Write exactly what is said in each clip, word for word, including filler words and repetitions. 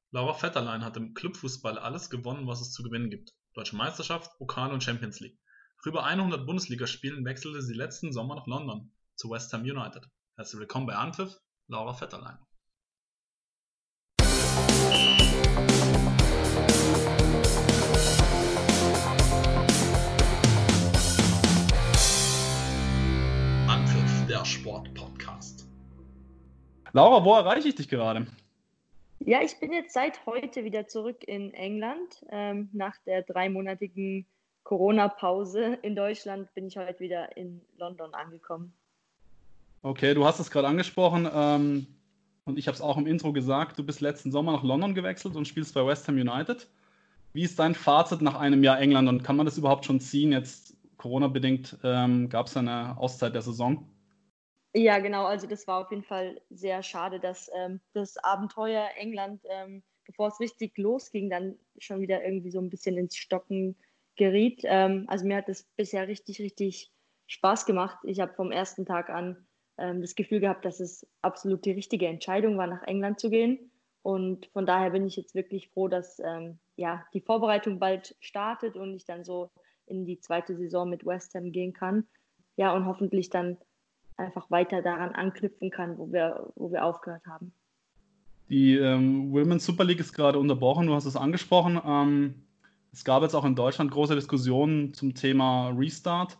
Laura Vetterlein hat im Clubfußball alles gewonnen, was es zu gewinnen gibt: Deutsche Meisterschaft, Pokal und Champions League. Nach über hundert Bundesligaspielen wechselte sie letzten Sommer nach London zu West Ham United. Herzlich willkommen bei Anpfiff, Laura Vetterlein. Anpfiff, der Sport-Podcast. Laura, wo erreiche ich dich gerade? Ja, ich bin jetzt seit heute wieder zurück in England. Ähm, nach der dreimonatigen Corona-Pause in Deutschland bin ich heute wieder in London angekommen. Okay, du hast es gerade angesprochen ähm, und ich habe es auch im Intro gesagt, du bist letzten Sommer nach London gewechselt und spielst bei West Ham United. Wie ist dein Fazit nach einem Jahr England und kann man das überhaupt schon ziehen? Jetzt Corona-bedingt ähm, gab es eine Auszeit der Saison. Ja, genau. Also das war auf jeden Fall sehr schade, dass ähm, das Abenteuer England, ähm, bevor es richtig losging, dann schon wieder irgendwie so ein bisschen ins Stocken geriet. Ähm, also mir hat das bisher richtig, richtig Spaß gemacht. Ich habe vom ersten Tag an ähm, das Gefühl gehabt, dass es absolut die richtige Entscheidung war, nach England zu gehen. Und von daher bin ich jetzt wirklich froh, dass ähm, ja, die Vorbereitung bald startet und ich dann so in die zweite Saison mit West Ham gehen kann. Ja, und hoffentlich dann einfach weiter daran anknüpfen kann, wo wir, wo wir aufgehört haben. Die ähm, Women's Super League ist gerade unterbrochen, du hast es angesprochen. Ähm, es gab jetzt auch in Deutschland große Diskussionen zum Thema Restart.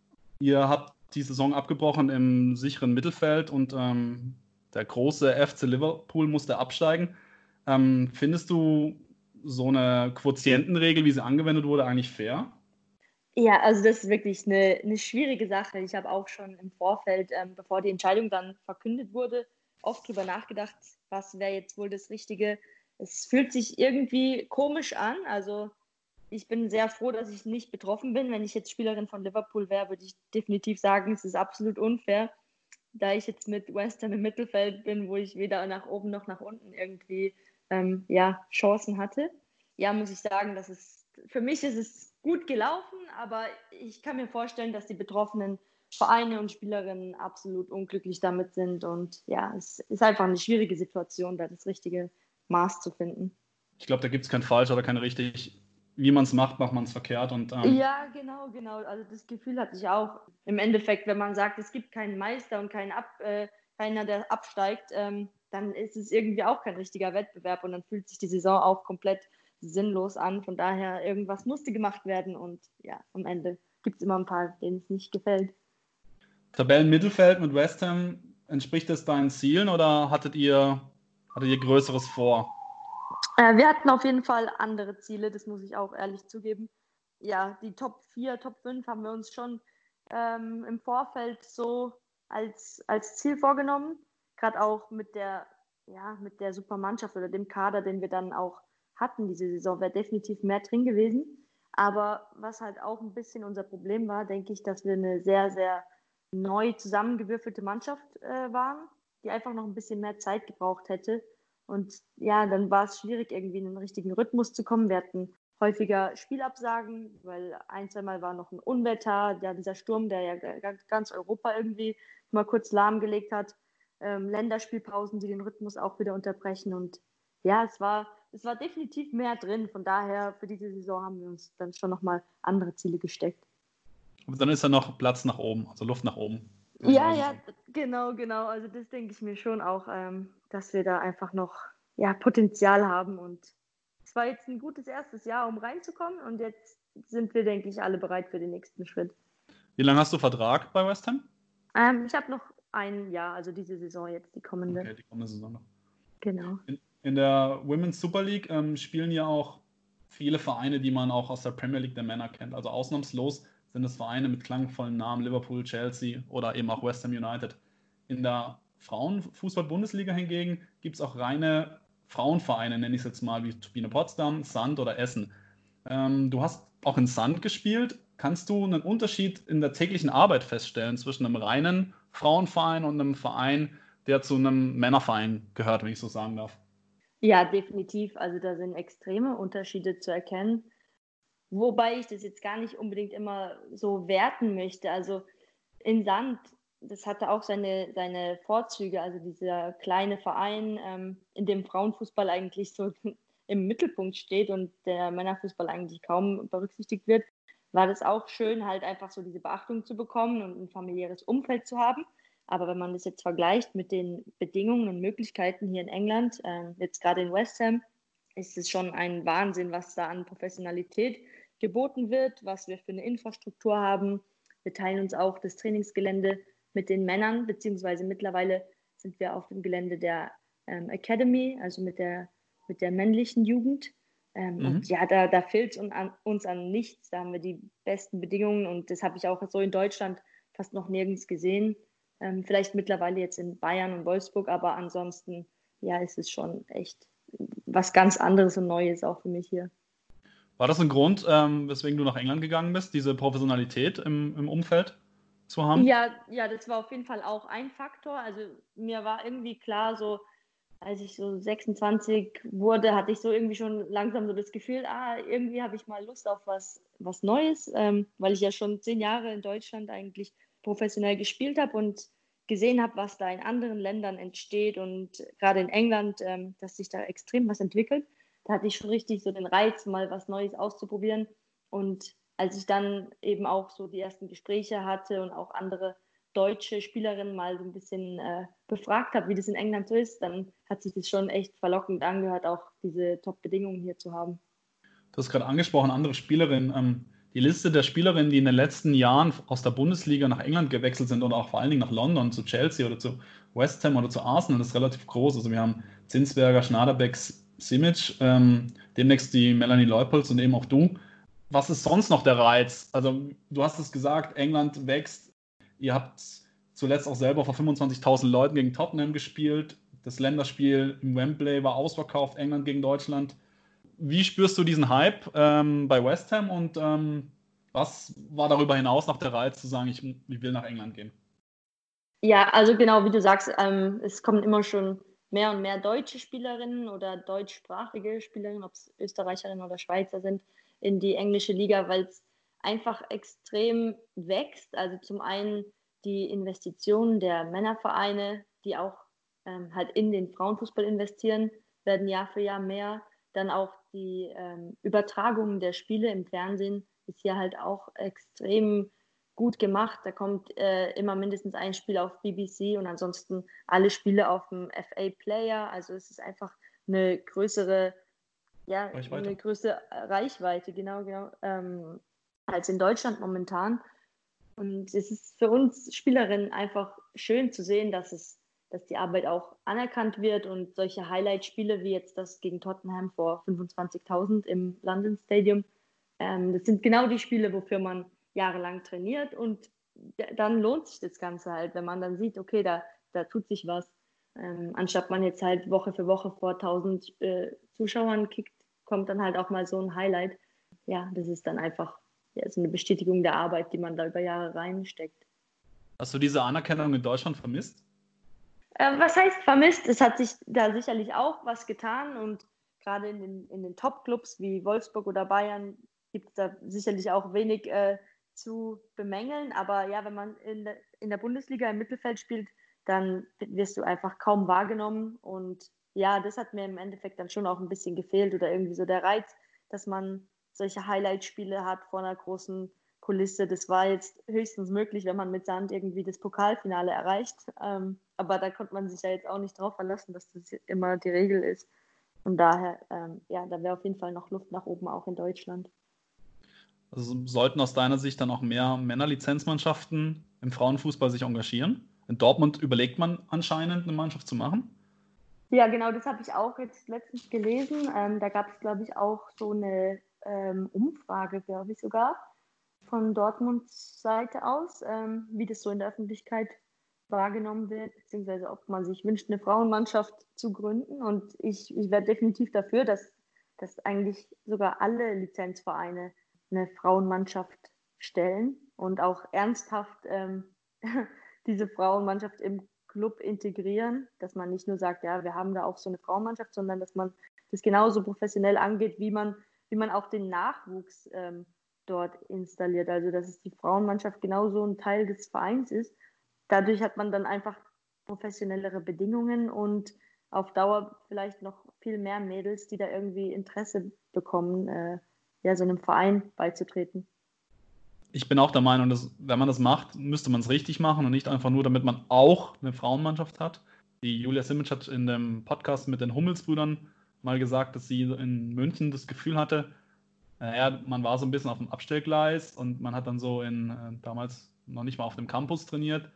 Ihr habt die Saison abgebrochen im sicheren Mittelfeld und ähm, der große F C Liverpool musste absteigen. Ähm, findest du so eine Quotientenregel, wie sie angewendet wurde, eigentlich fair? Ja, also das ist wirklich eine, eine schwierige Sache. Ich habe auch schon im Vorfeld, ähm, bevor die Entscheidung dann verkündet wurde, oft drüber nachgedacht, was wäre jetzt wohl das Richtige. Es fühlt sich irgendwie komisch an. Also ich bin sehr froh, dass ich nicht betroffen bin. Wenn ich jetzt Spielerin von Liverpool wäre, würde ich definitiv sagen, es ist absolut unfair, da ich jetzt mit West Ham im Mittelfeld bin, wo ich weder nach oben noch nach unten irgendwie ähm, ja, Chancen hatte. Ja, muss ich sagen, dass es für mich ist es gut gelaufen, aber ich kann mir vorstellen, dass die betroffenen Vereine und Spielerinnen absolut unglücklich damit sind. Und ja, es ist einfach eine schwierige Situation, da das richtige Maß zu finden. Ich glaube, da gibt es kein falsch oder kein richtig. Wie man es macht, macht man es verkehrt. Und, ähm, Ja, genau, genau. Also das Gefühl hatte ich auch. Im Endeffekt, wenn man sagt, es gibt keinen Meister und keinen Ab, äh, keiner, der absteigt, ähm, dann ist es irgendwie auch kein richtiger Wettbewerb und dann fühlt sich die Saison auch komplett sinnlos an. Von daher, irgendwas musste gemacht werden und ja, am Ende gibt es immer ein paar, denen es nicht gefällt. Tabellenmittelfeld mit West Ham, entspricht das deinen Zielen oder hattet ihr, hattet ihr Größeres vor? Äh, wir hatten auf jeden Fall andere Ziele, das muss ich auch ehrlich zugeben. Ja, die Top vier, Top fünf haben wir uns schon ähm, im Vorfeld so als, als Ziel vorgenommen. Gerade auch mit der, ja, mit der Supermannschaft oder dem Kader, den wir dann auch hatten diese Saison, wäre definitiv mehr drin gewesen. Aber was halt auch ein bisschen unser Problem war, denke ich, dass wir eine sehr, sehr neu zusammengewürfelte Mannschaft äh, waren, die einfach noch ein bisschen mehr Zeit gebraucht hätte. Und ja, dann war es schwierig, irgendwie in den richtigen Rhythmus zu kommen. Wir hatten häufiger Spielabsagen, weil ein, zweimal war noch ein Unwetter, ja, dieser Sturm, der ja ganz Europa irgendwie mal kurz lahmgelegt hat. Ähm, Länderspielpausen, die den Rhythmus auch wieder unterbrechen. Und ja, es war, es war definitiv mehr drin. Von daher, für diese Saison haben wir uns dann schon nochmal andere Ziele gesteckt. Aber dann ist ja noch Platz nach oben, also Luft nach oben. Ja, ja, genau, genau. Also das denke ich mir schon auch, ähm, dass wir da einfach noch ja, Potenzial haben. Und es war jetzt ein gutes erstes Jahr, um reinzukommen. Und jetzt sind wir, denke ich, alle bereit für den nächsten Schritt. Wie lange hast du Vertrag bei West Ham? Ähm, ich habe noch ein Jahr, also diese Saison jetzt, die kommende. Okay, die kommende Saison noch. Genau. In, in der Women's Super League ähm, spielen ja auch viele Vereine, die man auch aus der Premier League der Männer kennt. Also ausnahmslos sind es Vereine mit klangvollen Namen, Liverpool, Chelsea oder eben auch West Ham United. In der Frauenfußball-Bundesliga hingegen gibt es auch reine Frauenvereine, nenne ich es jetzt mal, wie Turbine Potsdam, Sand oder Essen. Ähm, du hast auch in Sand gespielt. Kannst du einen Unterschied in der täglichen Arbeit feststellen zwischen einem reinen Frauenverein und einem Verein, der zu einem Männerverein gehört, wenn ich so sagen darf? Ja, definitiv. Also da sind extreme Unterschiede zu erkennen. Wobei ich das jetzt gar nicht unbedingt immer so werten möchte. Also in Sand das hatte auch seine, seine Vorzüge. Also dieser kleine Verein, ähm, in dem Frauenfußball eigentlich so im Mittelpunkt steht und der Männerfußball eigentlich kaum berücksichtigt wird, war das auch schön, halt einfach so diese Beachtung zu bekommen und ein familiäres Umfeld zu haben. Aber wenn man das jetzt vergleicht mit den Bedingungen und Möglichkeiten hier in England, äh, jetzt gerade in West Ham, ist es schon ein Wahnsinn, was da an Professionalität geboten wird, was wir für eine Infrastruktur haben. Wir teilen uns auch das Trainingsgelände mit den Männern, beziehungsweise mittlerweile sind wir auf dem Gelände der ähm, Academy, also mit der, mit der männlichen Jugend. Ähm, Mhm. Und ja, da, da fehlt es un, an, uns an nichts. Da haben wir die besten Bedingungen und das habe ich auch so in Deutschland fast noch nirgends gesehen. Ähm, vielleicht mittlerweile jetzt in Bayern und Wolfsburg, aber ansonsten, ja, ist es schon echt was ganz anderes und Neues auch für mich hier. War das ein Grund, ähm, weswegen du nach England gegangen bist, diese Professionalität im, im Umfeld zu haben? Ja, ja, das war auf jeden Fall auch ein Faktor. Also mir war irgendwie klar, so als ich so sechsundzwanzig wurde, hatte ich so irgendwie schon langsam so das Gefühl, ah, irgendwie habe ich mal Lust auf was, was Neues, ähm, weil ich ja schon zehn Jahre in Deutschland eigentlich professionell gespielt habe und gesehen habe, was da in anderen Ländern entsteht und gerade in England, ähm, dass sich da extrem was entwickelt. Da hatte ich schon richtig so den Reiz, mal was Neues auszuprobieren. Und als ich dann eben auch so die ersten Gespräche hatte und auch andere deutsche Spielerinnen mal so ein bisschen äh, befragt habe, wie das in England so ist, dann hat sich das schon echt verlockend angehört, auch diese Top-Bedingungen hier zu haben. Du hast gerade angesprochen, andere Spielerinnen. Ähm, die Liste der Spielerinnen, die in den letzten Jahren aus der Bundesliga nach England gewechselt sind oder auch vor allen Dingen nach London, zu Chelsea oder zu West Ham oder zu Arsenal, ist relativ groß. Also wir haben Zinsberger, Schnaderbeck, Simic, ähm, demnächst die Melanie Leupolz und eben auch du. Was ist sonst noch der Reiz? Also du hast es gesagt, England wächst. Ihr habt zuletzt auch selber vor fünfundzwanzigtausend Leuten gegen Tottenham gespielt. Das Länderspiel im Wembley war ausverkauft, England gegen Deutschland. Wie spürst du diesen Hype ähm, bei West Ham und ähm, was war darüber hinaus noch der Reiz zu sagen, ich, ich will nach England gehen? Ja, also genau wie du sagst, ähm, es kommen immer schon mehr und mehr deutsche Spielerinnen oder deutschsprachige Spielerinnen, ob es Österreicherinnen oder Schweizer sind, in die englische Liga, weil es einfach extrem wächst. Also zum einen die Investitionen der Männervereine, die auch ähm, halt in den Frauenfußball investieren, werden Jahr für Jahr mehr. Dann auch die ähm, Übertragungen der Spiele im Fernsehen ist hier halt auch extrem gut gemacht. Da kommt äh, immer mindestens ein Spiel auf B B C und ansonsten alle Spiele auf dem F A Player. Also es ist einfach eine größere, ja, Reichweite. eine größere Reichweite, genau, genau, ähm, als in Deutschland momentan. Und es ist für uns Spielerinnen einfach schön zu sehen, dass es, dass die Arbeit auch anerkannt wird und solche Highlight-Spiele wie jetzt das gegen Tottenham vor fünfundzwanzigtausend im London Stadium, ähm, das sind genau die Spiele, wofür man jahrelang trainiert und dann lohnt sich das Ganze halt, wenn man dann sieht, okay, da, da tut sich was. Ähm, anstatt man jetzt halt Woche für Woche vor tausend äh, Zuschauern kickt, kommt dann halt auch mal so ein Highlight. Ja, das ist dann einfach ja, so eine Bestätigung der Arbeit, die man da über Jahre reinsteckt. Hast du diese Anerkennung in Deutschland vermisst? Äh, was heißt vermisst? Es hat sich da sicherlich auch was getan und gerade in den, in den Top-Clubs wie Wolfsburg oder Bayern gibt es da sicherlich auch wenig äh, zu bemängeln. Aber ja, wenn man in der, in der Bundesliga im Mittelfeld spielt, dann wirst du einfach kaum wahrgenommen. Und ja, das hat mir im Endeffekt dann schon auch ein bisschen gefehlt oder irgendwie so der Reiz, dass man solche Highlight-Spiele hat vor einer großen Kulisse. Das war jetzt höchstens möglich, wenn man mit Sand irgendwie das Pokalfinale erreicht. Ähm, aber da konnte man sich ja jetzt auch nicht drauf verlassen, dass das immer die Regel ist. Von daher, ähm, ja, da wäre auf jeden Fall noch Luft nach oben, auch in Deutschland. Also sollten aus deiner Sicht dann auch mehr Männerlizenzmannschaften im Frauenfußball sich engagieren? In Dortmund überlegt man anscheinend, eine Mannschaft zu machen. Ja, genau, das habe ich auch jetzt letztens gelesen. Ähm, da gab es, glaube ich, auch so eine ähm, Umfrage, glaube ich sogar, von Dortmunds Seite aus, ähm, wie das so in der Öffentlichkeit wahrgenommen wird, beziehungsweise ob man sich wünscht, eine Frauenmannschaft zu gründen. Und ich, ich wäre definitiv dafür, dass, dass eigentlich sogar alle Lizenzvereine eine Frauenmannschaft stellen und auch ernsthaft ähm, diese Frauenmannschaft im Club integrieren, dass man nicht nur sagt, ja, wir haben da auch so eine Frauenmannschaft, sondern dass man das genauso professionell angeht, wie man, wie man auch den Nachwuchs ähm, dort installiert. Also dass es die Frauenmannschaft genauso ein Teil des Vereins ist dadurch hat man dann einfach professionellere Bedingungen und auf Dauer vielleicht noch viel mehr Mädels, die da irgendwie Interesse bekommen, äh, ja, so einem Verein beizutreten. Ich bin auch der Meinung, dass wenn man das macht, müsste man es richtig machen und nicht einfach nur, damit man auch eine Frauenmannschaft hat. Die Julia Simic hat in dem Podcast mit den Hummelsbrüdern mal gesagt, dass sie in München das Gefühl hatte, naja, man war so ein bisschen auf dem Abstellgleis und man hat dann so in, äh, damals noch nicht mal auf dem Campus trainiert.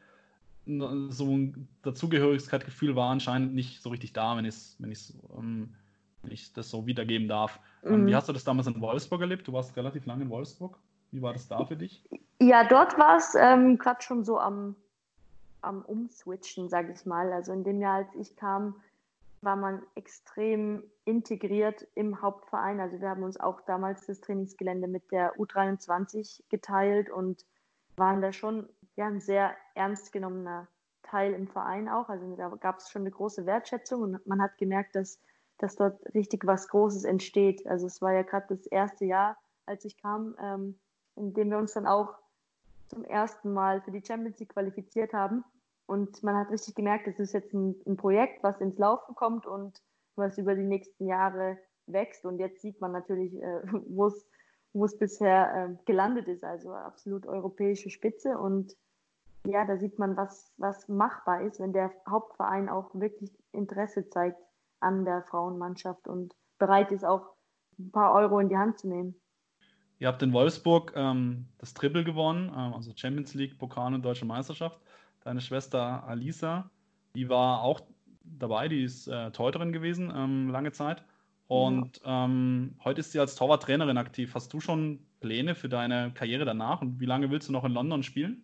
So ein Dazugehörigkeitsgefühl war anscheinend nicht so richtig da, wenn ich wenn ähm, wenn ich das so wiedergeben darf. Ähm, wie Mhm. hast du das damals in Wolfsburg erlebt? Du warst relativ lange in Wolfsburg. Wie war das da für dich? Ja, dort war es ähm, gerade schon so am, am Umswitchen, sage ich mal. Also in dem Jahr, als ich kam, war man extrem integriert im Hauptverein. Also wir haben uns auch damals das Trainingsgelände mit der U dreiundzwanzig geteilt und waren da schon ja, ein sehr ernst genommener Teil im Verein auch. Also da gab es schon eine große Wertschätzung und man hat gemerkt, dass, dass dort richtig was Großes entsteht. Also es war ja gerade das erste Jahr, als ich kam, ähm, in dem wir uns dann auch zum ersten Mal für die Champions League qualifiziert haben. Und man hat richtig gemerkt, es ist jetzt ein, ein Projekt, was ins Laufen kommt und was über die nächsten Jahre wächst. Und jetzt sieht man natürlich, äh, wo es wo es bisher äh, gelandet ist, also absolut europäische Spitze. Und ja, da sieht man, was, was machbar ist, wenn der Hauptverein auch wirklich Interesse zeigt an der Frauenmannschaft und bereit ist, auch ein paar Euro in die Hand zu nehmen. Ihr habt in Wolfsburg ähm, das Triple gewonnen, ähm, also Champions League, Pokal und Deutsche Meisterschaft. Deine Schwester Alisa, die war auch dabei, die ist äh, Torhüterin gewesen, ähm, lange Zeit. Und ja. ähm, heute ist sie als Torwarttrainerin aktiv. Hast du schon Pläne für deine Karriere danach und wie lange willst du noch in London spielen?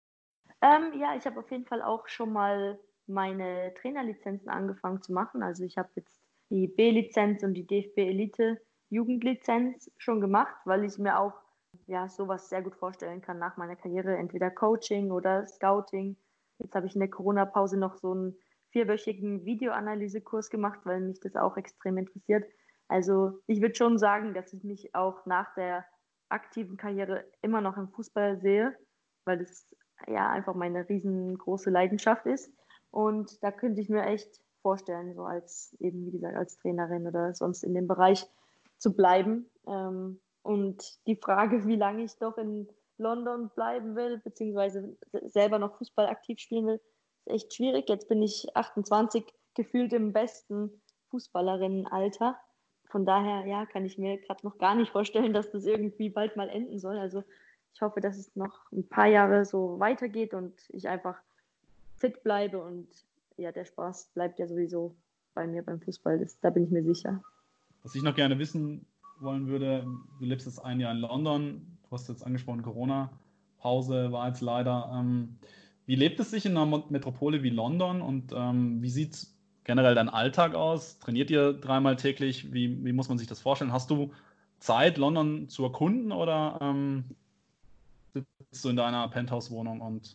Ähm, ja, ich habe auf jeden Fall auch schon mal meine Trainerlizenzen angefangen zu machen. Also ich habe jetzt die B-Lizenz und die D F B-Elite-Jugendlizenz schon gemacht, weil ich mir auch ja, sowas sehr gut vorstellen kann nach meiner Karriere, entweder Coaching oder Scouting. Jetzt habe ich in der Corona-Pause noch so einen vierwöchigen Videoanalysekurs gemacht, weil mich das auch extrem interessiert. Also ich würde schon sagen, dass ich mich auch nach der aktiven Karriere immer noch im Fußball sehe, weil das ja einfach meine riesengroße Leidenschaft ist. Und da könnte ich mir echt vorstellen, so als eben, wie gesagt, als Trainerin oder sonst in dem Bereich zu bleiben. Ähm, und die Frage, wie lange ich doch in London bleiben will, beziehungsweise selber noch Fußball aktiv spielen will, ist echt schwierig. Jetzt bin ich achtundzwanzig, gefühlt im besten Fußballerinnenalter. Von daher, ja, kann ich mir gerade noch gar nicht vorstellen, dass das irgendwie bald mal enden soll. Also ich hoffe, dass es noch ein paar Jahre so weitergeht und ich einfach fit bleibe und ja, der Spaß bleibt ja sowieso bei mir beim Fußball. Das, da bin ich mir sicher. Was ich noch gerne wissen wollen würde, du lebst jetzt ein Jahr in London, du hast jetzt angesprochen, Corona-Pause war jetzt leider. Ähm, wie lebt es sich in einer Metropole wie London und ähm, wie sieht generell dein Alltag aus? Trainiert ihr dreimal täglich? Wie, wie muss man sich das vorstellen? Hast du Zeit, London zu erkunden oder ähm, sitzt du in deiner Penthouse-Wohnung und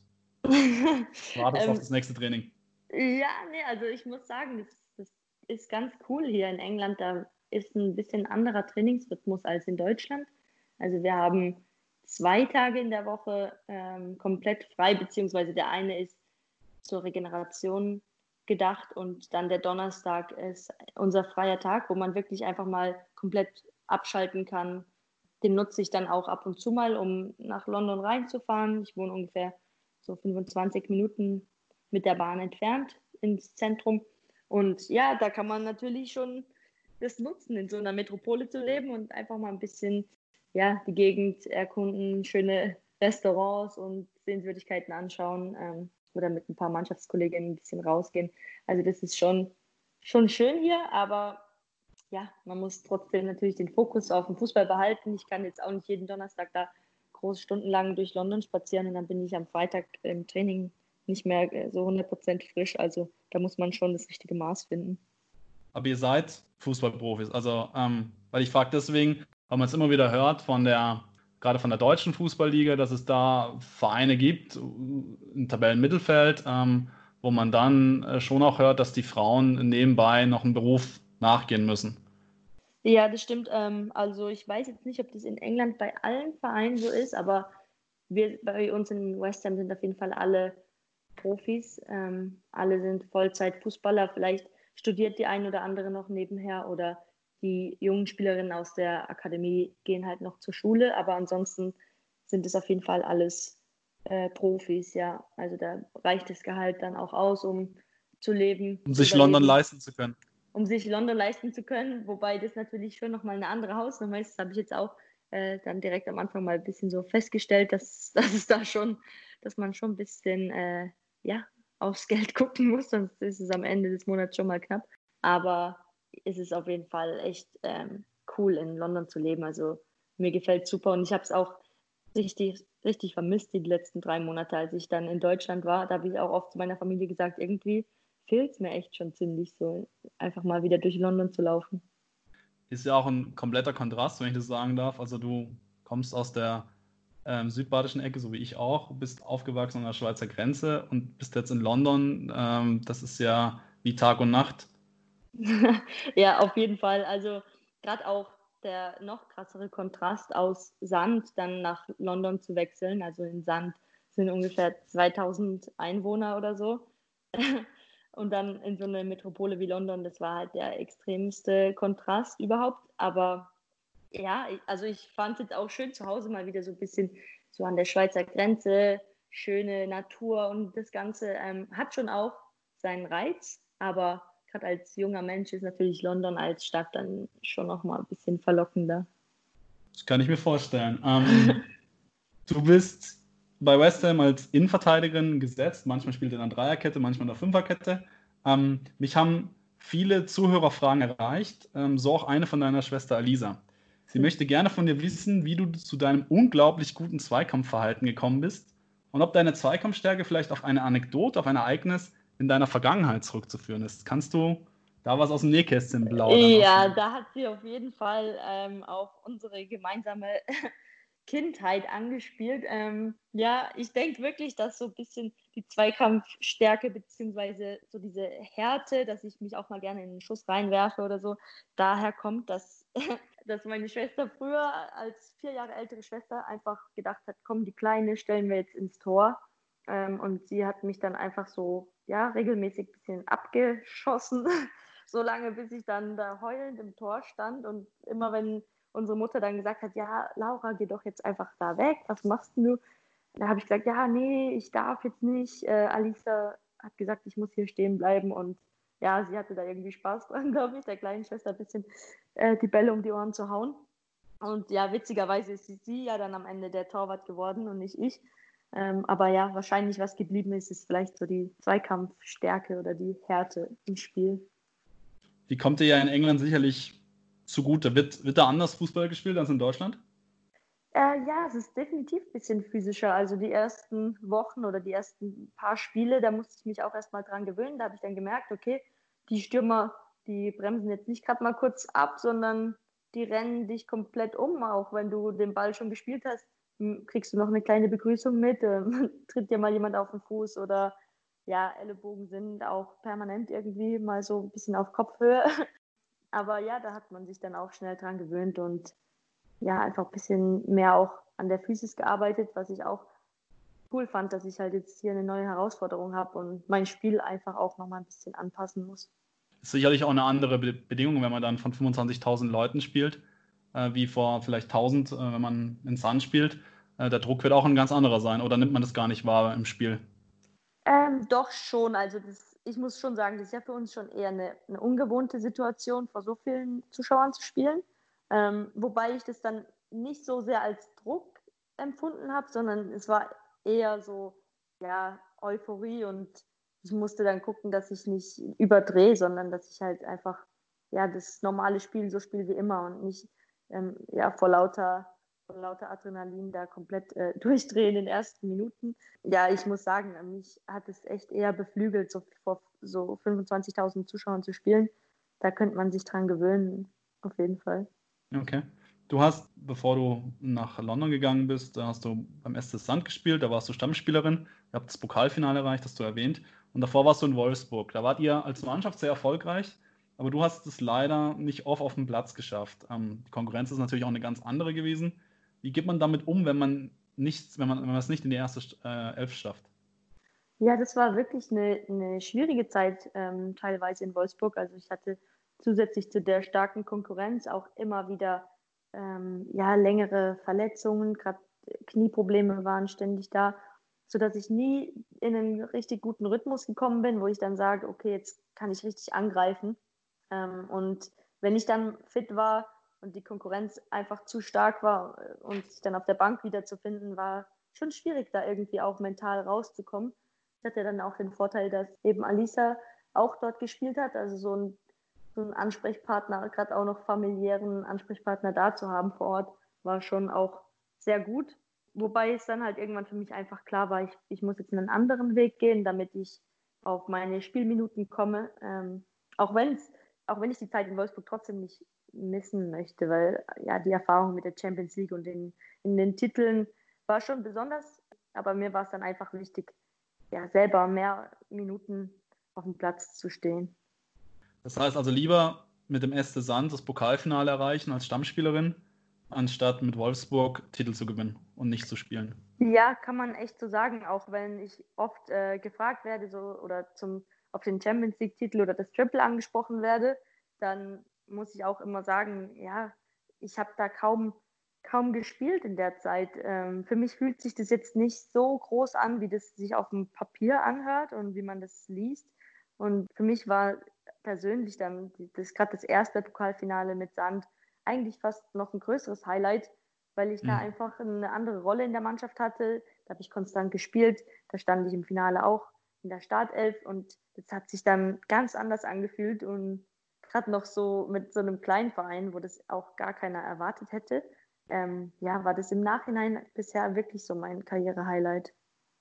wartest auf das nächste Training? Ja, nee, also ich muss sagen, das, das ist ganz cool hier in England. Da ist ein bisschen anderer Trainingsrhythmus als in Deutschland. Also wir haben zwei Tage in der Woche ähm, komplett frei, beziehungsweise der eine ist zur Regeneration gedacht und dann der Donnerstag ist unser freier Tag, wo man wirklich einfach mal komplett abschalten kann. Den nutze ich dann auch ab und zu mal, um nach London reinzufahren. Ich wohne ungefähr so fünfundzwanzig Minuten mit der Bahn entfernt ins Zentrum. Und ja, da kann man natürlich schon das nutzen, in so einer Metropole zu leben und einfach mal ein bisschen ja, die Gegend erkunden, schöne Restaurants und Sehenswürdigkeiten anschauen ähm, oder mit ein paar Mannschaftskolleginnen ein bisschen rausgehen. Also das ist schon, schon schön hier, aber ja, man muss trotzdem natürlich den Fokus auf den Fußball behalten. Ich kann jetzt auch nicht jeden Donnerstag da groß stundenlang durch London spazieren und dann bin ich am Freitag im Training nicht mehr so hundert Prozent frisch. Also da muss man schon das richtige Maß finden. Aber ihr seid Fußballprofis. Also, ähm, weil ich frage deswegen, weil man es immer wieder hört von der, gerade von der deutschen Fußballliga, dass es da Vereine gibt im Tabellenmittelfeld, ähm, wo man dann äh, schon auch hört, dass die Frauen nebenbei noch einen Beruf nachgehen müssen. Ja, das stimmt. Ähm, also ich weiß jetzt nicht, ob das in England bei allen Vereinen so ist, aber wir bei uns in West Ham sind auf jeden Fall alle Profis. Ähm, alle sind Vollzeit-Fußballer. Vielleicht studiert die ein oder andere noch nebenher oder die jungen Spielerinnen aus der Akademie gehen halt noch zur Schule. Aber ansonsten sind es auf jeden Fall alles äh, Profis, ja. Also da reicht das Gehalt dann auch aus, um zu leben, Um zu sich London überleben, leisten zu können. um sich London leisten zu können. Wobei das natürlich schon nochmal eine andere Hausnummer ist. Das habe ich jetzt auch äh, dann direkt am Anfang mal ein bisschen so festgestellt, dass, dass es da schon, dass man schon ein bisschen äh, ja, aufs Geld gucken muss, sonst ist es am Ende des Monats schon mal knapp. Aber es ist auf jeden Fall echt ähm, cool, in London zu leben. Also mir gefällt super und ich habe es auch richtig, richtig vermisst, die letzten drei Monate, als ich dann in Deutschland war. Da habe ich auch oft zu meiner Familie gesagt, irgendwie fehlt es mir echt schon ziemlich so, einfach mal wieder durch London zu laufen. Ist ja auch ein kompletter Kontrast, wenn ich das sagen darf. Also du kommst aus der ähm, südbadischen Ecke, so wie ich auch, bist aufgewachsen an der Schweizer Grenze und bist jetzt in London. Ähm, das ist ja wie Tag und Nacht. Ja, auf jeden Fall. Also gerade auch der noch krassere Kontrast aus Sand dann nach London zu wechseln. Also in Sand sind ungefähr zweitausend Einwohner oder so. Und dann in so eine Metropole wie London, das war halt der extremste Kontrast überhaupt. Aber ja, ich- also ich fand es jetzt auch schön zu Hause mal wieder so ein bisschen so an der Schweizer Grenze, schöne Natur und das Ganze ähm, hat schon auch seinen Reiz, aber gerade als junger Mensch ist natürlich London als Stadt dann schon noch mal ein bisschen verlockender. Das kann ich mir vorstellen. Ähm, du bist bei West Ham als Innenverteidigerin gesetzt. Manchmal spielt er dann Dreierkette, manchmal in der Fünferkette. Ähm, mich haben viele Zuhörerfragen erreicht, ähm, so auch eine von deiner Schwester Alisa. Sie möchte gerne von dir wissen, wie du zu deinem unglaublich guten Zweikampfverhalten gekommen bist und ob deine Zweikampfstärke vielleicht auf eine Anekdote, auf ein Ereignis in deiner Vergangenheit zurückzuführen ist. Kannst du da was aus dem Nähkästchen plaudern? Aus Ja, dem da hat sie auf jeden Fall ähm, auf unsere gemeinsame Kindheit angespielt. Ähm, ja, ich denke wirklich, dass so ein bisschen die Zweikampfstärke beziehungsweise so diese Härte, dass ich mich auch mal gerne in den Schuss reinwerfe oder so, daher kommt, dass, dass meine Schwester früher als vier Jahre ältere Schwester einfach gedacht hat, komm, die Kleine stellen wir jetzt ins Tor. Ähm, und sie hat mich dann einfach so, ja, regelmäßig ein bisschen abgeschossen, so lange, bis ich dann da heulend im Tor stand. Und immer wenn unsere Mutter dann gesagt hat, ja, Laura, geh doch jetzt einfach da weg, was machst du? Da habe ich gesagt, ja, nee, ich darf jetzt nicht. Äh, Alisa hat gesagt, ich muss hier stehen bleiben und ja, sie hatte da irgendwie Spaß dran, glaube ich, der kleinen Schwester ein bisschen äh, die Bälle um die Ohren zu hauen. Und ja, witzigerweise ist sie ja dann am Ende der Torwart geworden und nicht ich. Ähm, aber ja, wahrscheinlich was geblieben ist, ist vielleicht so die Zweikampfstärke oder die Härte im Spiel. Die kommt dir ja in England sicherlich zugute. Wird, wird da anders Fußball gespielt als in Deutschland? Äh, ja, es ist definitiv ein bisschen physischer. Also die ersten Wochen oder die ersten paar Spiele, da musste ich mich auch erstmal dran gewöhnen. Da habe ich dann gemerkt, okay, die Stürmer, die bremsen jetzt nicht gerade mal kurz ab, sondern die rennen dich komplett um. Auch wenn du den Ball schon gespielt hast, m, kriegst du noch eine kleine Begrüßung mit, ähm, tritt dir mal jemand auf den Fuß oder ja, Ellenbogen sind auch permanent irgendwie mal so ein bisschen auf Kopfhöhe. Aber ja, da hat man sich dann auch schnell dran gewöhnt und ja, einfach ein bisschen mehr auch an der Physis gearbeitet, was ich auch cool fand, dass ich halt jetzt hier eine neue Herausforderung habe und mein Spiel einfach auch nochmal ein bisschen anpassen muss. Ist sicherlich auch eine andere Be Bedingung, wenn man dann von fünfundzwanzigtausend Leuten spielt, äh, wie vor vielleicht tausend, äh, wenn man in Sun spielt. Äh, der Druck wird auch ein ganz anderer sein, oder nimmt man das gar nicht wahr im Spiel? Ähm, doch schon, also das, ich muss schon sagen, das ist ja für uns schon eher eine, eine ungewohnte Situation, vor so vielen Zuschauern zu spielen. Ähm, wobei ich das dann nicht so sehr als Druck empfunden habe, sondern es war eher so, ja, Euphorie und ich musste dann gucken, dass ich nicht überdrehe, sondern dass ich halt einfach, ja, das normale Spiel so spiele wie immer und nicht, ähm, ja, vor lauter, vor lauter Adrenalin da komplett äh, durchdrehe in den ersten Minuten. Ja, ich muss sagen, mich hat es echt eher beflügelt, so vor so fünfundzwanzigtausend Zuschauern zu spielen. Da könnte man sich dran gewöhnen, auf jeden Fall. Okay. Du hast, bevor du nach London gegangen bist, da hast du beim S C Sand gespielt, da warst du Stammspielerin. Ihr habt das Pokalfinale erreicht, hast du erwähnt. Und davor warst du in Wolfsburg. Da wart ihr als Mannschaft sehr erfolgreich, aber du hast es leider nicht oft auf den Platz geschafft. Ähm, die Konkurrenz ist natürlich auch eine ganz andere gewesen. Wie geht man damit um, wenn man nicht, wenn man, wenn man es nicht in die erste äh, Elf schafft? Ja, das war wirklich eine, eine schwierige Zeit, ähm, teilweise in Wolfsburg. Also ich hatte zusätzlich zu der starken Konkurrenz auch immer wieder ähm, ja, längere Verletzungen, gerade Knieprobleme waren ständig da, sodass ich nie in einen richtig guten Rhythmus gekommen bin, wo ich dann sage, okay, jetzt kann ich richtig angreifen. Ähm, und wenn ich dann fit war und die Konkurrenz einfach zu stark war äh, und sich dann auf der Bank wiederzufinden, war schon schwierig, da irgendwie auch mental rauszukommen. Ich hatte dann auch den Vorteil, dass eben Alisa auch dort gespielt hat, also so ein, so ein Ansprechpartner, gerade auch noch familiären Ansprechpartner da zu haben vor Ort, war schon auch sehr gut. Wobei es dann halt irgendwann für mich einfach klar war, ich, ich muss jetzt einen anderen Weg gehen, damit ich auf meine Spielminuten komme. Ähm, auch wenn es, auch wenn ich die Zeit in Wolfsburg trotzdem nicht missen möchte, weil ja die Erfahrung mit der Champions League und den, in den Titeln war schon besonders, aber mir war es dann einfach wichtig, ja, selber mehr Minuten auf dem Platz zu stehen. Das heißt also lieber mit dem Este Sand das Pokalfinale erreichen als Stammspielerin, anstatt mit Wolfsburg Titel zu gewinnen und nicht zu spielen. Ja, kann man echt so sagen, auch wenn ich oft äh, gefragt werde so, oder zum, auf den Champions League-Titel oder das Triple angesprochen werde, dann muss ich auch immer sagen, ja, ich habe da kaum, kaum gespielt in der Zeit. Ähm, für mich fühlt sich das jetzt nicht so groß an, wie das sich auf dem Papier anhört und wie man das liest. Und für mich war persönlich dann das gerade das erste Pokalfinale mit Sand eigentlich fast noch ein größeres Highlight, weil ich da Mhm. einfach eine andere Rolle in der Mannschaft hatte. Da habe ich konstant gespielt. Da stand ich im Finale auch in der Startelf und das hat sich dann ganz anders angefühlt und gerade noch so mit so einem kleinen Verein, wo das auch gar keiner erwartet hätte, ähm, ja, war das im Nachhinein bisher wirklich so mein Karriere-Highlight.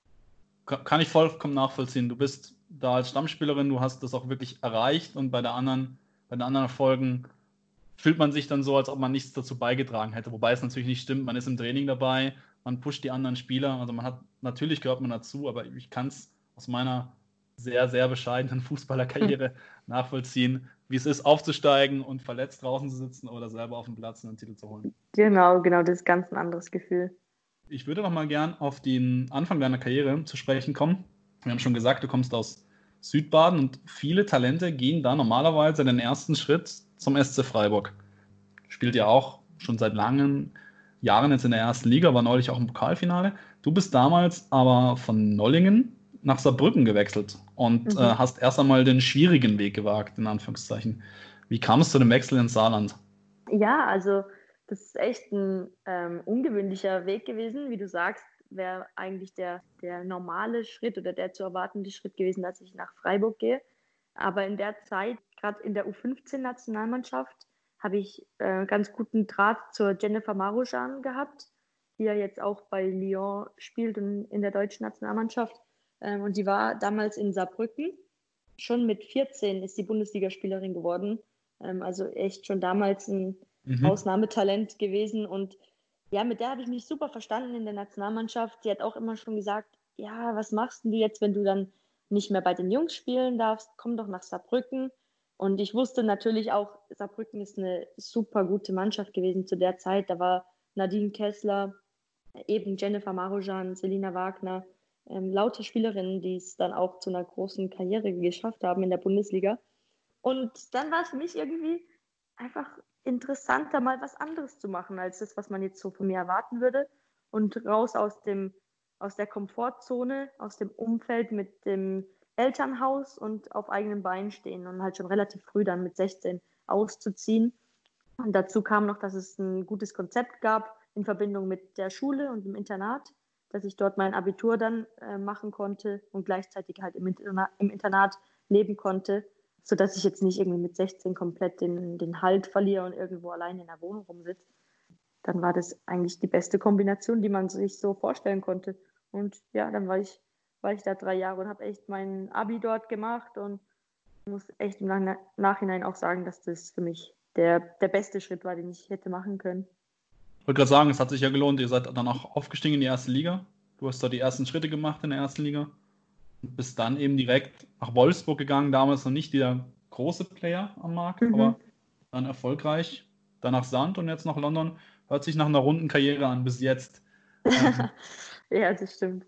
Kann ich vollkommen nachvollziehen. Du bist da als Stammspielerin, du hast das auch wirklich erreicht und bei der anderen, bei den anderen Erfolgen fühlt man sich dann so, als ob man nichts dazu beigetragen hätte. Wobei es natürlich nicht stimmt. Man ist im Training dabei, man pusht die anderen Spieler. Also man hat, natürlich gehört man dazu, aber ich kann es aus meiner sehr, sehr bescheidenen Fußballerkarriere nachvollziehen, wie es ist, aufzusteigen und verletzt draußen zu sitzen oder selber auf dem Platz einen Titel zu holen. Genau, genau, das ist ganz ein anderes Gefühl. Ich würde noch mal gern auf den Anfang deiner Karriere zu sprechen kommen. Wir haben schon gesagt, du kommst aus Südbaden und viele Talente gehen da normalerweise den ersten Schritt zum S C Freiburg. Spielt ja auch schon seit langen Jahren jetzt in der ersten Liga, war neulich auch im Pokalfinale. Du bist damals aber von Nollingen nach Saarbrücken gewechselt und Mhm. äh, hast erst einmal den schwierigen Weg gewagt, in Anführungszeichen. Wie kam es zu dem Wechsel ins Saarland? Ja, also das ist echt ein ähm, ungewöhnlicher Weg gewesen. Wie du sagst, wäre eigentlich der, der normale Schritt oder der zu erwartende Schritt gewesen, dass ich nach Freiburg gehe. Aber in der Zeit, gerade in der U fünfzehn-Nationalmannschaft, habe ich äh, ganz guten Draht zur Jennifer Marujan gehabt, die ja jetzt auch bei Lyon spielt und in der deutschen Nationalmannschaft. Ähm, und die war damals in Saarbrücken. Schon mit vierzehn ist sie Bundesligaspielerin geworden. Ähm, also echt schon damals ein Mhm. Ausnahmetalent gewesen. Und ja, mit der habe ich mich super verstanden in der Nationalmannschaft. Die hat auch immer schon gesagt, ja, was machst du jetzt, wenn du dann nicht mehr bei den Jungs spielen darfst? Komm doch nach Saarbrücken. Und ich wusste natürlich auch, Saarbrücken ist eine super gute Mannschaft gewesen zu der Zeit. Da war Nadine Kessler, eben Jennifer Marujan, Selina Wagner, ähm, lauter Spielerinnen, die es dann auch zu einer großen Karriere geschafft haben in der Bundesliga. Und dann war es für mich irgendwie einfach interessanter, mal was anderes zu machen, als das, was man jetzt so von mir erwarten würde. Und raus aus dem, aus der Komfortzone, aus dem Umfeld mit dem Elternhaus und auf eigenen Beinen stehen und halt schon relativ früh dann mit sechzehn auszuziehen. Und dazu kam noch, dass es ein gutes Konzept gab in Verbindung mit der Schule und dem Internat, dass ich dort mein Abitur dann äh, machen konnte und gleichzeitig halt im, Interna im Internat leben konnte, sodass ich jetzt nicht irgendwie mit sechzehn komplett den, den Halt verliere und irgendwo allein in der Wohnung rumsitze. Dann war das eigentlich die beste Kombination, die man sich so vorstellen konnte. Und ja, dann war ich, war ich da drei Jahre und habe echt mein Abi dort gemacht und muss echt im Nach Nachhinein auch sagen, dass das für mich der, der beste Schritt war, den ich hätte machen können. Ich wollte gerade sagen, es hat sich ja gelohnt. Ihr seid dann auch aufgestiegen in die erste Liga. Du hast da die ersten Schritte gemacht in der ersten Liga. Und bist dann eben direkt nach Wolfsburg gegangen. Damals noch nicht der große Player am Markt, Mhm. aber dann erfolgreich. Danach Sand und jetzt nach London. Hört sich nach einer runden Karriere an bis jetzt. Ähm, Ja, das stimmt.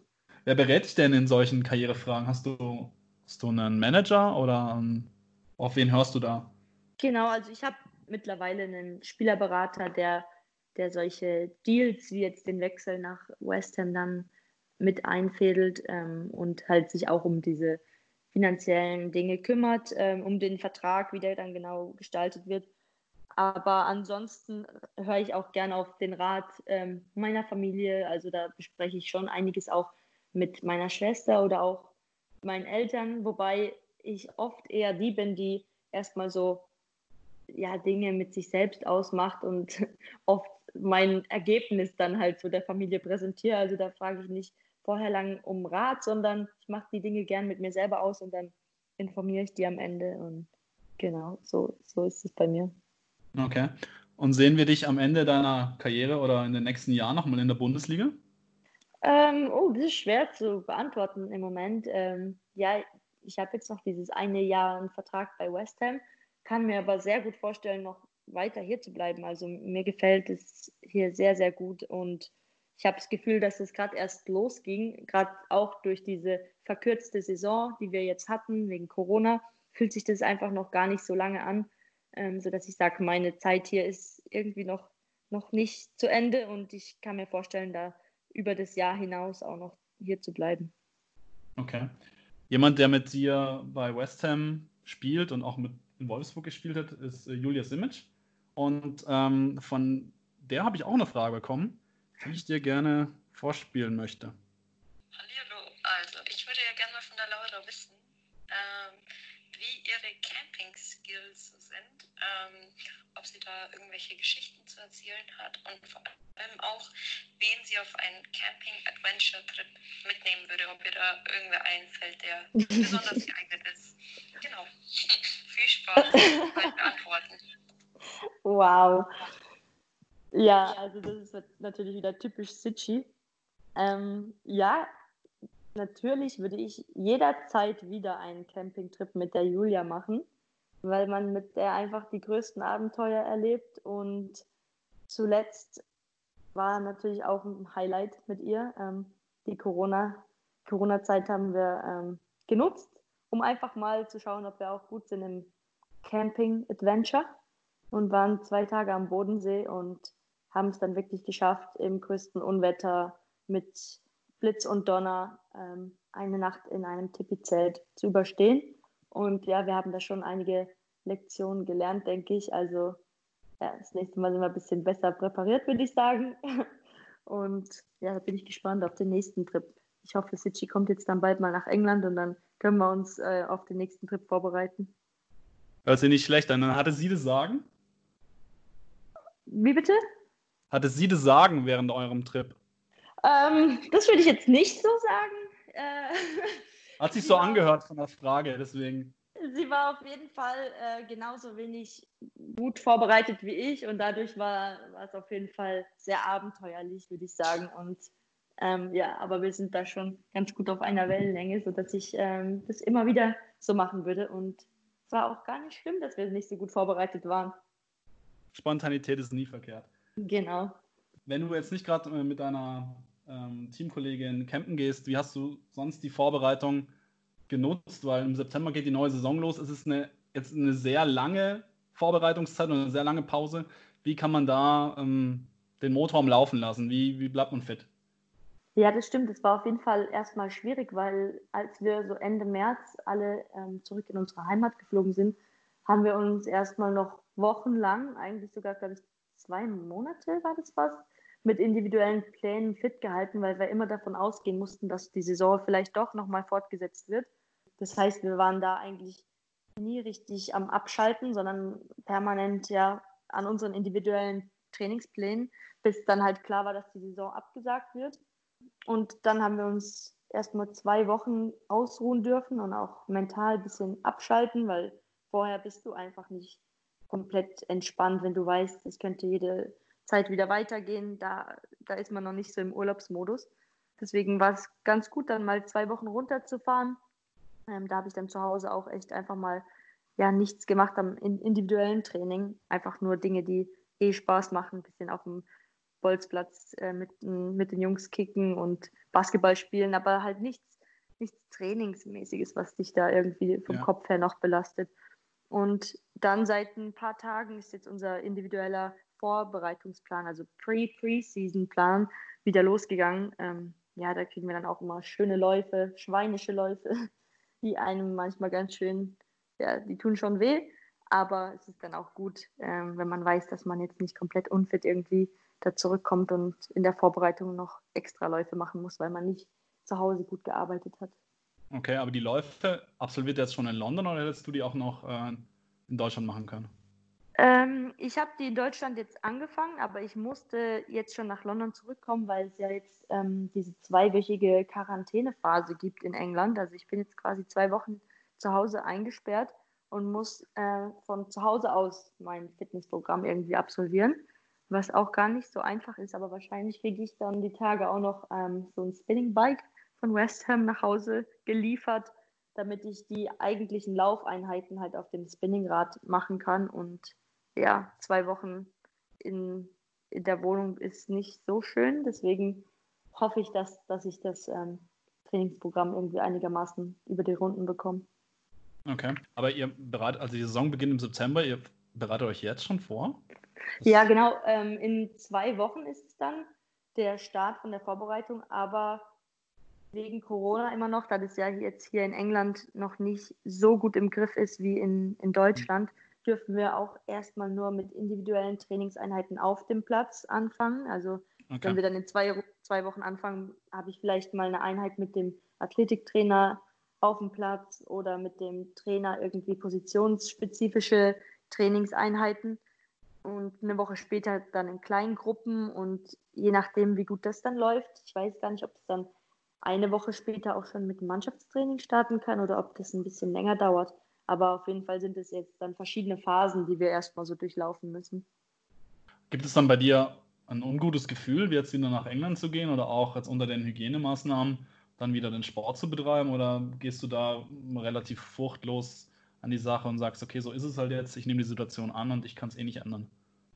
wer berät dich denn in solchen Karrierefragen? Hast du, hast du einen Manager oder ähm, auf wen hörst du da? Genau, also ich habe mittlerweile einen Spielerberater, der, der solche Deals wie jetzt den Wechsel nach West Ham dann mit einfädelt ähm, und halt sich auch um diese finanziellen Dinge kümmert, ähm, um den Vertrag, wie der dann genau gestaltet wird. Aber ansonsten höre ich auch gerne auf den Rat ähm, meiner Familie. Also da bespreche ich schon einiges auch mit meiner Schwester oder auch meinen Eltern, wobei ich oft eher die bin, die erstmal so ja, Dinge mit sich selbst ausmacht und oft mein Ergebnis dann halt so der Familie präsentiere. Also da frage ich nicht vorher lang um Rat, sondern ich mache die Dinge gern mit mir selber aus und dann informiere ich die am Ende. Und genau, so, so ist es bei mir. Okay. Und sehen wir dich am Ende deiner Karriere oder in den nächsten Jahren nochmal in der Bundesliga? Ähm, oh, das ist schwer zu beantworten im Moment. Ähm, ja, ich habe jetzt noch dieses eine Jahr einen Vertrag bei West Ham, kann mir aber sehr gut vorstellen, noch weiter hier zu bleiben. Also mir gefällt es hier sehr, sehr gut und ich habe das Gefühl, dass es gerade erst losging, gerade auch durch diese verkürzte Saison, die wir jetzt hatten wegen Corona, fühlt sich das einfach noch gar nicht so lange an, ähm, sodass ich sage, meine Zeit hier ist irgendwie noch, noch nicht zu Ende und ich kann mir vorstellen, da über das Jahr hinaus auch noch hier zu bleiben. Okay. Jemand, der mit dir bei West Ham spielt und auch mit in Wolfsburg gespielt hat, ist äh, Julia Simic. Und ähm, von der habe ich auch eine Frage bekommen, die ich dir gerne vorspielen möchte. Hallihallo, also ich würde ja gerne mal von der Laura wissen, ähm, wie ihre Camping-Skills so sind, ähm, ob sie da irgendwelche Geschichten zu erzählen hat und vor allem auch, wen sie auf einen Camping-Adventure-Trip mitnehmen würde, ob ihr da irgendwer einfällt, der besonders geeignet ist. Genau. Viel Spaß beim Beantworten. Wow. Ja, also das ist natürlich wieder typisch Sitchi. Ähm, ja, natürlich würde ich jederzeit wieder einen Campingtrip mit der Julia machen, weil man mit der einfach die größten Abenteuer erlebt und zuletzt war natürlich auch ein Highlight mit ihr. Ähm, die Corona, Corona-Zeit haben wir ähm, genutzt, um einfach mal zu schauen, ob wir auch gut sind im Camping-Adventure und waren zwei Tage am Bodensee und haben es dann wirklich geschafft, im größten Unwetter mit Blitz und Donner ähm, eine Nacht in einem Tipizelt zu überstehen. Und ja, wir haben da schon einige Lektionen gelernt, denke ich. Also ja, das nächste Mal sind wir ein bisschen besser präpariert, würde ich sagen. Und ja, da bin ich gespannt auf den nächsten Trip. Ich hoffe, Sitchi kommt jetzt dann bald mal nach England und dann können wir uns äh, auf den nächsten Trip vorbereiten. Hört sich nicht schlecht an. Dann hatte sie das Sagen? Wie bitte? Hatte sie das Sagen während eurem Trip? Ähm, das würde ich jetzt nicht so sagen. Äh, Hat sich sie so war, angehört von der Frage, deswegen. sie war auf jeden Fall äh, genauso wenig gut vorbereitet wie ich und dadurch war, war es auf jeden Fall sehr abenteuerlich, würde ich sagen. Und ähm, ja, aber wir sind da schon ganz gut auf einer Wellenlänge, sodass ich ähm, das immer wieder so machen würde. Und es war auch gar nicht schlimm, dass wir nicht so gut vorbereitet waren. Spontanität ist nie verkehrt. Genau. Wenn du jetzt nicht gerade äh, mit deiner ähm, Teamkollegin campen gehst, wie hast du sonst die Vorbereitung genutzt? Weil im September geht die neue Saison los. Es ist eine, jetzt eine sehr lange Vorbereitungszeit und eine sehr lange Pause. Wie kann man da ähm, den Motor am Laufen lassen? Wie, wie bleibt man fit? Ja, das stimmt. Es war auf jeden Fall erstmal schwierig, weil als wir so Ende März alle ähm, zurück in unsere Heimat geflogen sind, haben wir uns erstmal noch wochenlang, eigentlich sogar, glaube ich, zwei Monate war das fast, mit individuellen Plänen fit gehalten, weil wir immer davon ausgehen mussten, dass die Saison vielleicht doch nochmal fortgesetzt wird. Das heißt, wir waren da eigentlich nie richtig am Abschalten, sondern permanent ja an unseren individuellen Trainingsplänen, bis dann halt klar war, dass die Saison abgesagt wird. Und dann haben wir uns erstmal zwei Wochen ausruhen dürfen und auch mental ein bisschen abschalten, weil vorher bist du einfach nicht komplett entspannt, wenn du weißt, es könnte jede Zeit wieder weitergehen. Da, da ist man noch nicht so im Urlaubsmodus. Deswegen war es ganz gut, dann mal zwei Wochen runterzufahren. Ähm, da habe ich dann zu Hause auch echt einfach mal ja, nichts gemacht am individuellen Training. Einfach nur Dinge, die eh Spaß machen, ein bisschen auf dem Bolzplatz äh, mit, mit den Jungs kicken und Basketball spielen, aber halt nichts, nichts Trainingsmäßiges, was dich da irgendwie vom Ja. Kopf her noch belastet. Und dann seit ein paar Tagen ist jetzt unser individueller Vorbereitungsplan, also Pre-Preseason-Plan, wieder losgegangen. Ähm, ja, da kriegen wir dann auch immer schöne Läufe, schweinische Läufe, die einem manchmal ganz schön, ja, die tun schon weh, aber es ist dann auch gut, ähm, wenn man weiß, dass man jetzt nicht komplett unfit irgendwie da zurückkommt und in der Vorbereitung noch extra Läufe machen muss, weil man nicht zu Hause gut gearbeitet hat. Okay, aber die Läufe absolviert ihr jetzt schon in London oder hättest du die auch noch äh, in Deutschland machen können? Ähm, ich habe die in Deutschland jetzt angefangen, aber ich musste jetzt schon nach London zurückkommen, weil es ja jetzt ähm, diese zweiwöchige Quarantänephase gibt in England. Also ich bin jetzt quasi zwei Wochen zu Hause eingesperrt und muss äh, von zu Hause aus mein Fitnessprogramm irgendwie absolvieren, was auch gar nicht so einfach ist, aber wahrscheinlich kriege ich dann die Tage auch noch ähm, so ein Spinning Bike von West Ham nach Hause geliefert, damit ich die eigentlichen Laufeinheiten halt auf dem Spinningrad machen kann. Und ja, zwei Wochen in, in der Wohnung ist nicht so schön. Deswegen hoffe ich, dass, dass ich das ähm, Trainingsprogramm irgendwie einigermaßen über die Runden bekomme. Okay, aber ihr bereitet, also die Saison beginnt im September, ihr bereitet euch jetzt schon vor? Das Ja, genau. Ähm, in zwei Wochen ist es dann der Start von der Vorbereitung, aber wegen Corona immer noch, da das ja jetzt hier in England noch nicht so gut im Griff ist wie in, in Deutschland, dürfen wir auch erstmal nur mit individuellen Trainingseinheiten auf dem Platz anfangen. Also Okay. wenn wir dann in zwei, zwei Wochen anfangen, habe ich vielleicht mal eine Einheit mit dem Athletiktrainer auf dem Platz oder mit dem Trainer irgendwie positionsspezifische Trainingseinheiten. Und eine Woche später dann in kleinen Gruppen und je nachdem, wie gut das dann läuft, ich weiß gar nicht, ob es dann eine Woche später auch schon mit dem Mannschaftstraining starten kann oder ob das ein bisschen länger dauert. Aber auf jeden Fall sind es jetzt dann verschiedene Phasen, die wir erstmal so durchlaufen müssen. Gibt es dann bei dir ein ungutes Gefühl, jetzt wieder nach England zu gehen oder auch jetzt unter den Hygienemaßnahmen dann wieder den Sport zu betreiben oder gehst du da relativ furchtlos an die Sache und sagst, okay, so ist es halt jetzt, ich nehme die Situation an und ich kann es eh nicht ändern?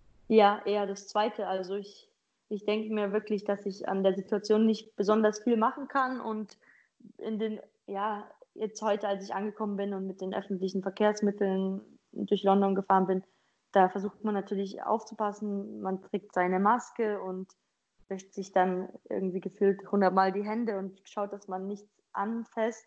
Ja, eher das Zweite. Also ich, ich denke mir wirklich, dass ich an der Situation nicht besonders viel machen kann und in den, ja, jetzt heute, als ich angekommen bin und mit den öffentlichen Verkehrsmitteln durch London gefahren bin, da versucht man natürlich aufzupassen. Man trägt seine Maske und wäscht sich dann irgendwie gefühlt hundertmal die Hände und schaut, dass man nichts anfasst.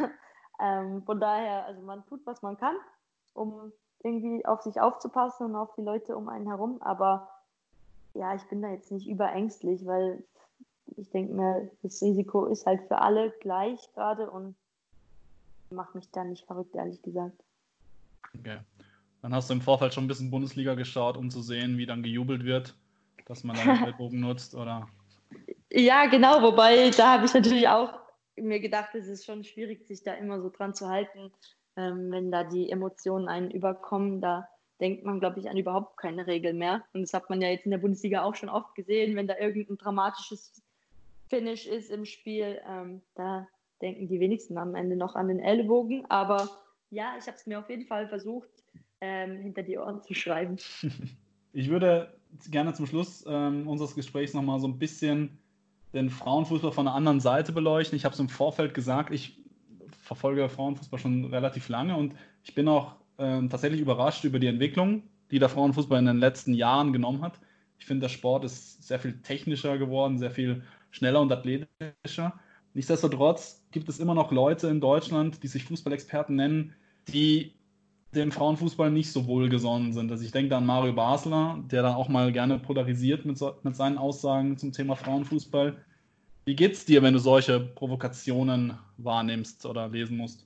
ähm, von daher, also man tut, was man kann, um irgendwie auf sich aufzupassen und auf die Leute um einen herum. Aber ja, ich bin da jetzt nicht überängstlich, weil ich denke mir, das Risiko ist halt für alle gleich gerade und macht mich da nicht verrückt, ehrlich gesagt. Okay. Dann hast du im Vorfeld schon ein bisschen Bundesliga geschaut, um zu sehen, wie dann gejubelt wird, dass man dann den Ellbogen nutzt, oder? Ja, genau, wobei da habe ich natürlich auch mir gedacht, es ist schon schwierig, sich da immer so dran zu halten, ähm, wenn da die Emotionen einen überkommen, da denkt man, glaube ich, an überhaupt keine Regel mehr. Und das hat man ja jetzt in der Bundesliga auch schon oft gesehen, wenn da irgendein dramatisches Finish ist im Spiel, ähm, da denken die wenigsten am Ende noch an den Ellbogen. Aber ja, ich habe es mir auf jeden Fall versucht, ähm, hinter die Ohren zu schreiben. Ich würde gerne zum Schluss ähm, unseres Gesprächs nochmal so ein bisschen den Frauenfußball von der anderen Seite beleuchten. Ich habe es im Vorfeld gesagt, ich verfolge Frauenfußball schon relativ lange und ich bin auch ähm, tatsächlich überrascht über die Entwicklung, die der Frauenfußball in den letzten Jahren genommen hat. Ich finde, der Sport ist sehr viel technischer geworden, sehr viel schneller und athletischer. Nichtsdestotrotz gibt es immer noch Leute in Deutschland, die sich Fußballexperten nennen, die dem Frauenfußball nicht so wohlgesonnen sind. Also ich denke da an Mario Basler, der da auch mal gerne polarisiert mit, so, mit seinen Aussagen zum Thema Frauenfußball. Wie geht's dir, wenn du solche Provokationen wahrnimmst oder lesen musst?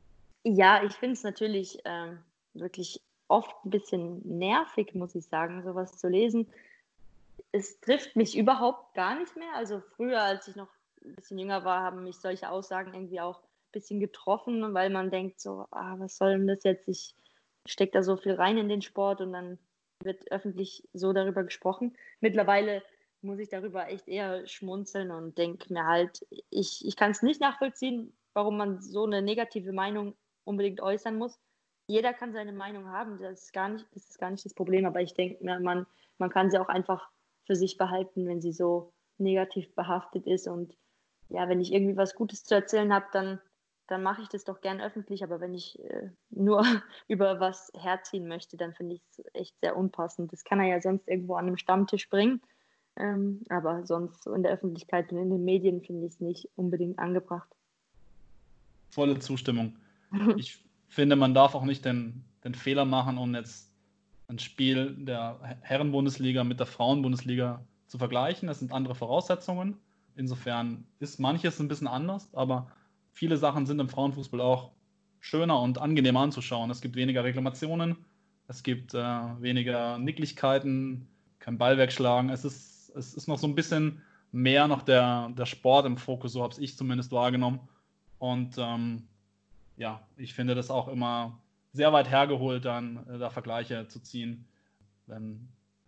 Ja, ich finde es natürlich ähm, wirklich oft ein bisschen nervig, muss ich sagen, sowas zu lesen. Es trifft mich überhaupt gar nicht mehr. Also früher, als ich noch ein bisschen jünger war, haben mich solche Aussagen irgendwie auch ein bisschen getroffen, weil man denkt so, ah, was soll denn das jetzt? Ich stecke da so viel rein in den Sport und dann wird öffentlich so darüber gesprochen. Mittlerweile muss ich darüber echt eher schmunzeln und denke mir halt, ich, ich kann es nicht nachvollziehen, warum man so eine negative Meinung unbedingt äußern muss. Jeder kann seine Meinung haben, das ist gar nicht das, ist gar nicht das Problem, aber ich denke mir, man, man kann sie auch einfach für sich behalten, wenn sie so negativ behaftet ist. Und ja, wenn ich irgendwie was Gutes zu erzählen habe, dann, dann mache ich das doch gern öffentlich. Aber wenn ich äh, nur über was herziehen möchte, dann finde ich es echt sehr unpassend. Das kann er ja sonst irgendwo an einem Stammtisch bringen. Ähm, aber sonst so in der Öffentlichkeit und in den Medien finde ich es nicht unbedingt angebracht. Volle Zustimmung. Ich finde, man darf auch nicht den, den Fehler machen, um jetzt ein Spiel der Herren-Bundesliga mit der Frauen-Bundesliga zu vergleichen. Das sind andere Voraussetzungen. Insofern ist manches ein bisschen anders, aber viele Sachen sind im Frauenfußball auch schöner und angenehmer anzuschauen. Es gibt weniger Reklamationen, es gibt äh, weniger Nicklichkeiten, kein Ball wegschlagen. Es ist, es ist noch so ein bisschen mehr noch der, der Sport im Fokus, so habe ich zumindest wahrgenommen. Und ähm, ja, ich finde das auch immer sehr weit hergeholt, dann äh, da Vergleiche zu ziehen. Denn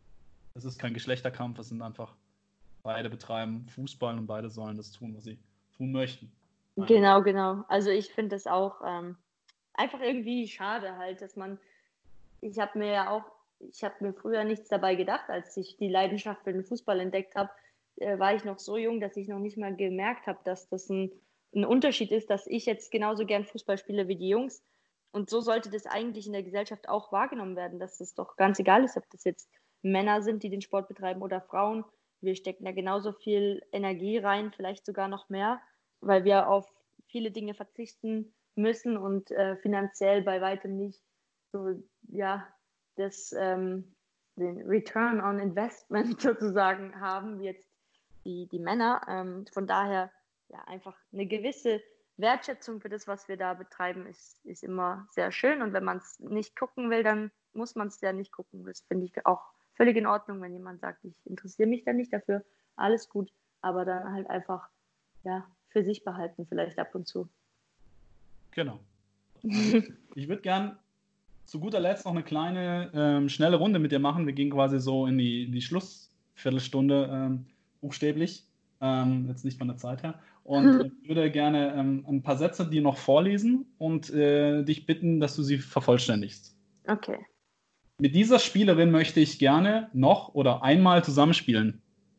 es ist kein Geschlechterkampf, es sind einfach beide betreiben Fußball und beide sollen das tun, was sie tun möchten. Genau, genau. Also ich finde das auch ähm, einfach irgendwie schade halt, dass man, ich habe mir ja auch, ich habe mir früher nichts dabei gedacht, als ich die Leidenschaft für den Fußball entdeckt habe, äh, war ich noch so jung, dass ich noch nicht mal gemerkt habe, dass das ein, ein Unterschied ist, dass ich jetzt genauso gern Fußball spiele wie die Jungs. Und so sollte das eigentlich in der Gesellschaft auch wahrgenommen werden, dass es doch ganz egal ist, ob das jetzt Männer sind, die den Sport betreiben oder Frauen. Wir stecken da genauso viel Energie rein, vielleicht sogar noch mehr, weil wir auf viele Dinge verzichten müssen und äh, finanziell bei weitem nicht so, ja, das, ähm, den Return on Investment sozusagen haben, wie jetzt die, die Männer. Ähm, von daher, ja, einfach eine gewisse Wertschätzung für das, was wir da betreiben, ist, ist immer sehr schön. Und wenn man es nicht gucken will, dann muss man es ja nicht gucken. Das finde ich auch völlig in Ordnung, wenn jemand sagt, ich interessiere mich da nicht dafür, alles gut, aber dann halt einfach, ja, für sich behalten, vielleicht ab und zu. Genau. Also, ich würde gern zu guter Letzt noch eine kleine, ähm, schnelle Runde mit dir machen. Wir gehen quasi so in die, die Schlussviertelstunde, ähm, buchstäblich, ähm, jetzt nicht von der Zeit her. Und äh, würde gerne ähm, ein paar Sätze dir noch vorlesen und äh, dich bitten, dass du sie vervollständigst. Okay. Mit dieser Spielerin möchte ich gerne noch oder einmal zusammenspielen.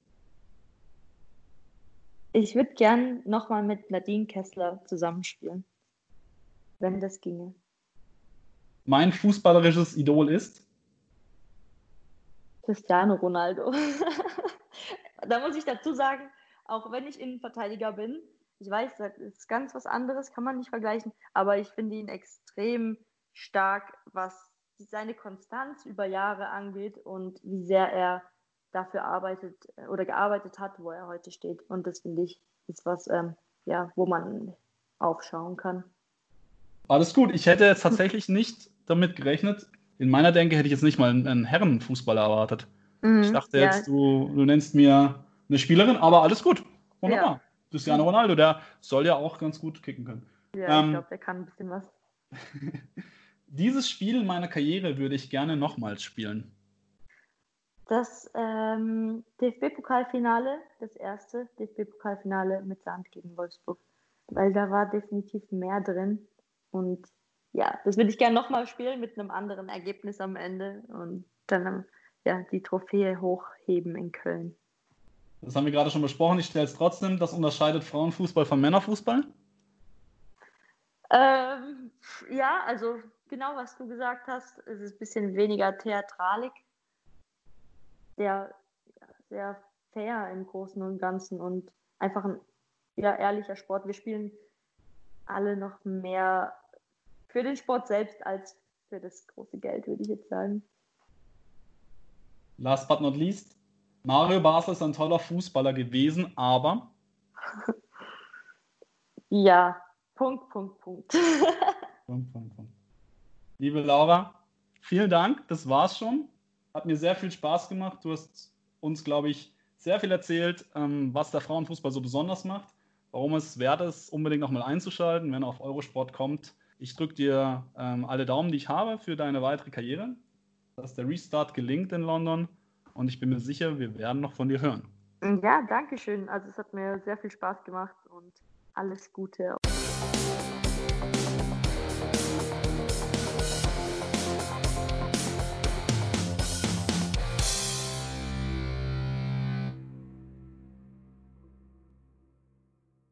Ich würde gern nochmal mit Nadine Kessler zusammenspielen, wenn das ginge. Mein fußballerisches Idol ist? Cristiano Ronaldo. Da muss ich dazu sagen, auch wenn ich Innenverteidiger bin, ich weiß, das ist ganz was anderes, kann man nicht vergleichen, aber ich finde ihn extrem stark, was seine Konstanz über Jahre angeht und wie sehr er dafür arbeitet oder gearbeitet hat, wo er heute steht. Und das finde ich, ist was, ähm, ja, wo man aufschauen kann. Alles gut. Ich hätte jetzt tatsächlich nicht damit gerechnet. In meiner Denke hätte ich jetzt nicht mal einen Herrenfußballer erwartet. Mhm, ich dachte ja. jetzt, du, du nennst mir eine Spielerin, aber alles gut. Wunderbar. Ja. Cristiano Ronaldo, der soll ja auch ganz gut kicken können. Ja, ich Ähm, glaube, der kann ein bisschen was. Dieses Spiel in meiner Karriere würde ich gerne nochmals spielen. Das ähm, D F B-Pokalfinale, das erste D F B-Pokalfinale mit Sand gegen Wolfsburg. Weil da war definitiv mehr drin. Und ja, das würde ich gerne nochmal spielen mit einem anderen Ergebnis am Ende und dann ja, die Trophäe hochheben in Köln. Das haben wir gerade schon besprochen. Ich stelle es trotzdem. Das unterscheidet Frauenfußball von Männerfußball? Ähm, ja, also genau, was du gesagt hast, es ist ein bisschen weniger Theatralik. Sehr, sehr fair im Großen und Ganzen und einfach ein ja, ehrlicher Sport. Wir spielen alle noch mehr für den Sport selbst als für das große Geld, würde ich jetzt sagen. Last but not least, Mario Basler ist ein toller Fußballer gewesen, aber... Ja, Punkt, Punkt, Punkt. Punkt, Punkt, Punkt. Liebe Laura, vielen Dank, das war's schon. Hat mir sehr viel Spaß gemacht. Du hast uns, glaube ich, sehr viel erzählt, was der Frauenfußball so besonders macht, warum es wert ist, unbedingt nochmal einzuschalten, wenn er auf Eurosport kommt. Ich drücke dir ähm, alle Daumen, die ich habe, für deine weitere Karriere, dass der Restart gelingt in London und ich bin mir sicher, wir werden noch von dir hören. Ja, danke schön. Also es hat mir sehr viel Spaß gemacht und alles Gute.